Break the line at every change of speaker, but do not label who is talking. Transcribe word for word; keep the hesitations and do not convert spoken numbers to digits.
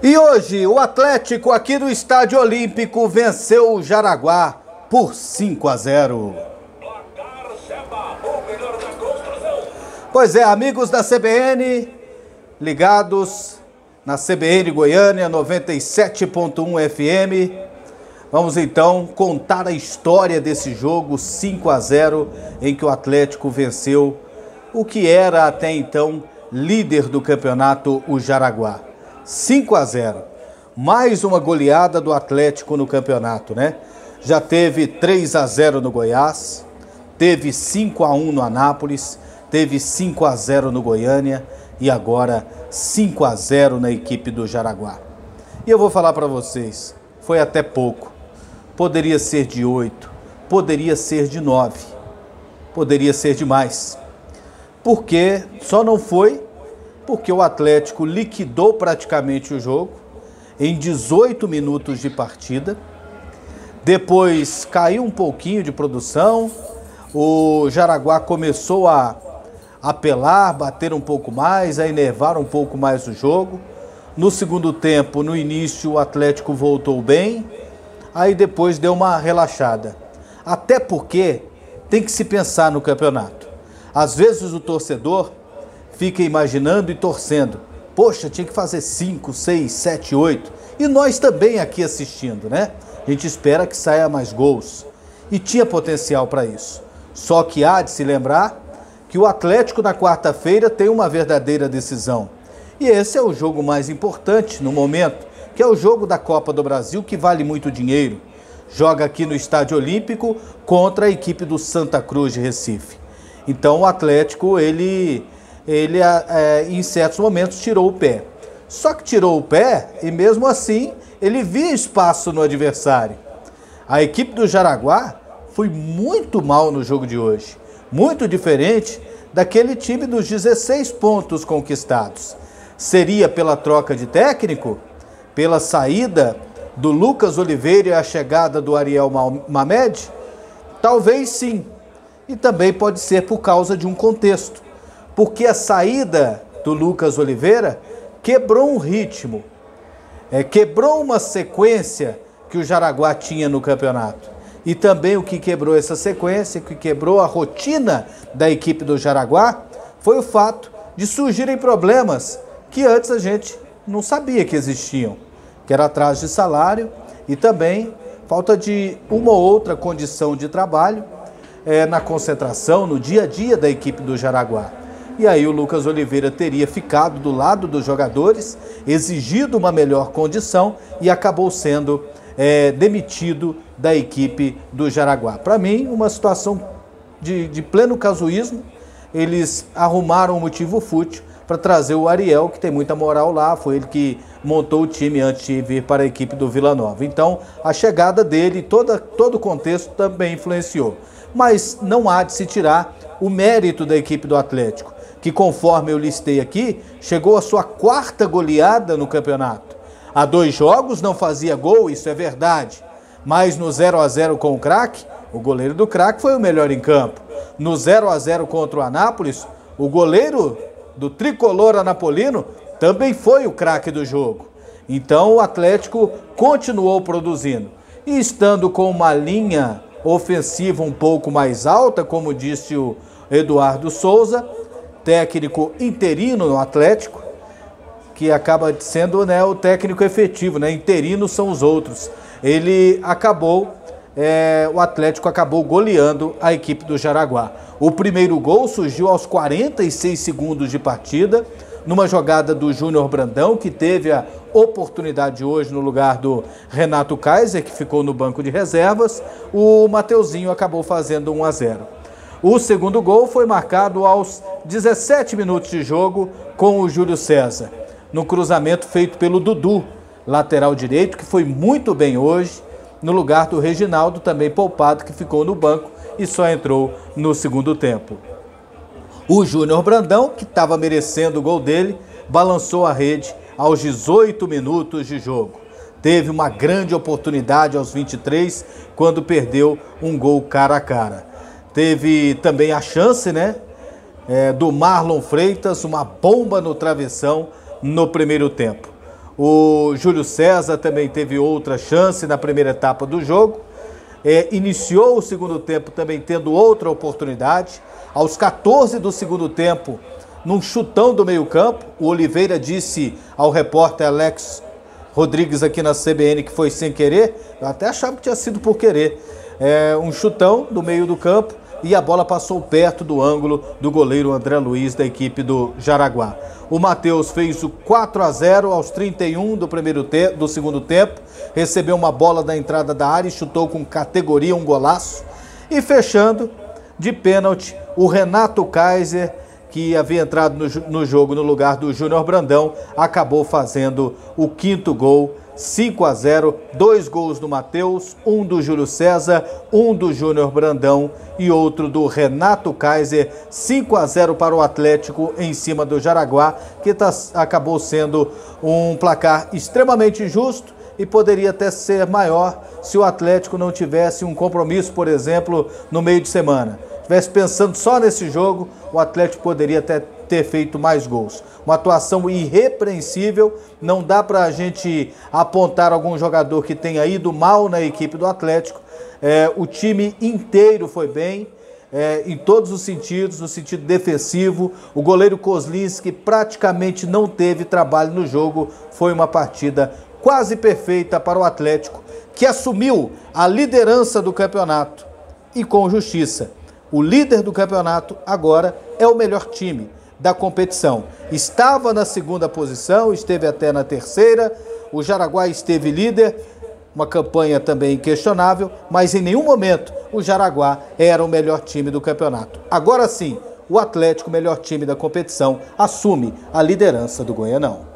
E hoje o Atlético aqui no Estádio Olímpico venceu o Jaraguá por cinco a zero. Pois é, amigos da C B N, ligados na C B N Goiânia noventa e sete ponto um F M, vamos então contar a história desse jogo cinco a zero em que o Atlético venceu o que era até então líder do campeonato, o Jaraguá. cinco a zero. Mais uma goleada do Atlético no campeonato, né? Já teve três a zero no Goiás, teve cinco a um no Anápolis, teve cinco a zero no Goiânia e agora cinco a zero na equipe do Jaraguá. E eu vou falar para vocês, foi até pouco. Poderia ser de oito, poderia ser de nove, poderia ser de mais. Porque só não foi porque o Atlético liquidou praticamente o jogo em dezoito minutos de partida. Depois caiu um pouquinho de produção, o Jaraguá começou a apelar, bater um pouco mais, a enervar um pouco mais o jogo. No segundo tempo, no início, o Atlético voltou bem, aí depois deu uma relaxada. Até porque tem que se pensar no campeonato. Às vezes o torcedor fica imaginando e torcendo. Poxa, tinha que fazer cinco, seis, sete, oito. E nós também aqui assistindo, né? A gente espera que saia mais gols. E tinha potencial para isso. Só que há de se lembrar que o Atlético na quarta-feira tem uma verdadeira decisão. E esse é o jogo mais importante no momento, que é o jogo da Copa do Brasil, que vale muito dinheiro. Joga aqui no Estádio Olímpico contra a equipe do Santa Cruz de Recife. Então o Atlético, ele... ele é, em certos momentos tirou o pé. Só que tirou o pé e mesmo assim ele via espaço no adversário. A equipe do Jaraguá foi muito mal no jogo de hoje. Muito diferente daquele time dos dezesseis pontos conquistados. Seria pela troca de técnico? Pela saída do Lucas Oliveira e a chegada do Ariel Mamed? Talvez sim. E também pode ser por causa de um contexto. Porque a saída do Lucas Oliveira quebrou um ritmo, é, quebrou uma sequência que o Jaraguá tinha no campeonato. E também o que quebrou essa sequência, que quebrou a rotina da equipe do Jaraguá, foi o fato de surgirem problemas que antes a gente não sabia que existiam, que era atraso de salário e também falta de uma ou outra condição de trabalho é, na concentração, no dia a dia da equipe do Jaraguá. E aí o Lucas Oliveira teria ficado do lado dos jogadores, exigido uma melhor condição e acabou sendo é, demitido da equipe do Jaraguá. Para mim, uma situação de, de pleno casuísmo. Eles arrumaram um motivo fútil para trazer o Ariel, que tem muita moral lá, foi ele que montou o time antes de vir para a equipe do Vila Nova. Então, a chegada dele, toda, todo o contexto também influenciou. Mas não há de se tirar o mérito da equipe do Atlético, que conforme eu listei aqui, chegou à sua quarta goleada no campeonato. Há dois jogos não fazia gol, isso é verdade, mas no zero a zero com o Craque, o goleiro do Craque foi o melhor em campo. No zero a zero contra o Anápolis, o goleiro do tricolor anapolino também foi o craque do jogo. Então o Atlético continuou produzindo. E estando com uma linha ofensiva um pouco mais alta, como disse o Eduardo Souza, técnico interino no Atlético, que acaba sendo, né, o técnico efetivo, né? Interinos são os outros. Ele acabou, é, o Atlético acabou goleando a equipe do Jaraguá. O primeiro gol surgiu aos quarenta e seis segundos de partida, numa jogada do Júnior Brandão, que teve a oportunidade hoje no lugar do Renato Kaiser, que ficou no banco de reservas. O Mateuzinho acabou fazendo um a zero. O segundo gol foi marcado aos dezessete minutos de jogo com o Júlio César, no cruzamento feito pelo Dudu, lateral direito, que foi muito bem hoje, no lugar do Reginaldo, também poupado, que ficou no banco e só entrou no segundo tempo. O Júnior Brandão, que estava merecendo o gol dele, balançou a rede aos dezoito minutos de jogo. Teve uma grande oportunidade aos vinte e três, quando perdeu um gol cara a cara. Teve também a chance, né, é, do Marlon Freitas, uma bomba no travessão no primeiro tempo. O Júlio César também teve outra chance na primeira etapa do jogo. É, iniciou o segundo tempo também tendo outra oportunidade. Aos quatorze do segundo tempo, num chutão do meio campo, o Oliveira disse ao repórter Alex Rodrigues aqui na C B N que foi sem querer. Eu até achava que tinha sido por querer. É, um chutão do meio do campo e a bola passou perto do ângulo do goleiro André Luiz da equipe do Jaraguá. O Matheus fez o quatro a zero aos trinta e um do, primeiro te do segundo tempo, recebeu uma bola da entrada da área e chutou com categoria um golaço. E fechando, de pênalti, o Renato Kaiser, que havia entrado no, no jogo no lugar do Júnior Brandão, acabou fazendo o quinto gol. cinco a zero, dois gols do Matheus, um do Júlio César, um do Júnior Brandão e outro do Renato Kaiser. Cinco a zero para o Atlético em cima do Jaraguá, que tá, acabou sendo um placar extremamente justo e poderia até ser maior se o Atlético não tivesse um compromisso, por exemplo, no meio de semana. Estivesse pensando só nesse jogo, o Atlético poderia até ter feito mais gols. Uma atuação irrepreensível, não dá para a gente apontar algum jogador que tenha ido mal na equipe do Atlético. É, o time inteiro foi bem, é, em todos os sentidos, no sentido defensivo. O goleiro Kozlinski praticamente não teve trabalho no jogo, foi uma partida quase perfeita para o Atlético, que assumiu a liderança do campeonato e com justiça. O líder do campeonato agora é o melhor time da competição. Estava na segunda posição, esteve até na terceira, o Jaraguá esteve líder, uma campanha também questionável, mas em nenhum momento o Jaraguá era o melhor time do campeonato. Agora sim, o Atlético, melhor time da competição, assume a liderança do Goianão.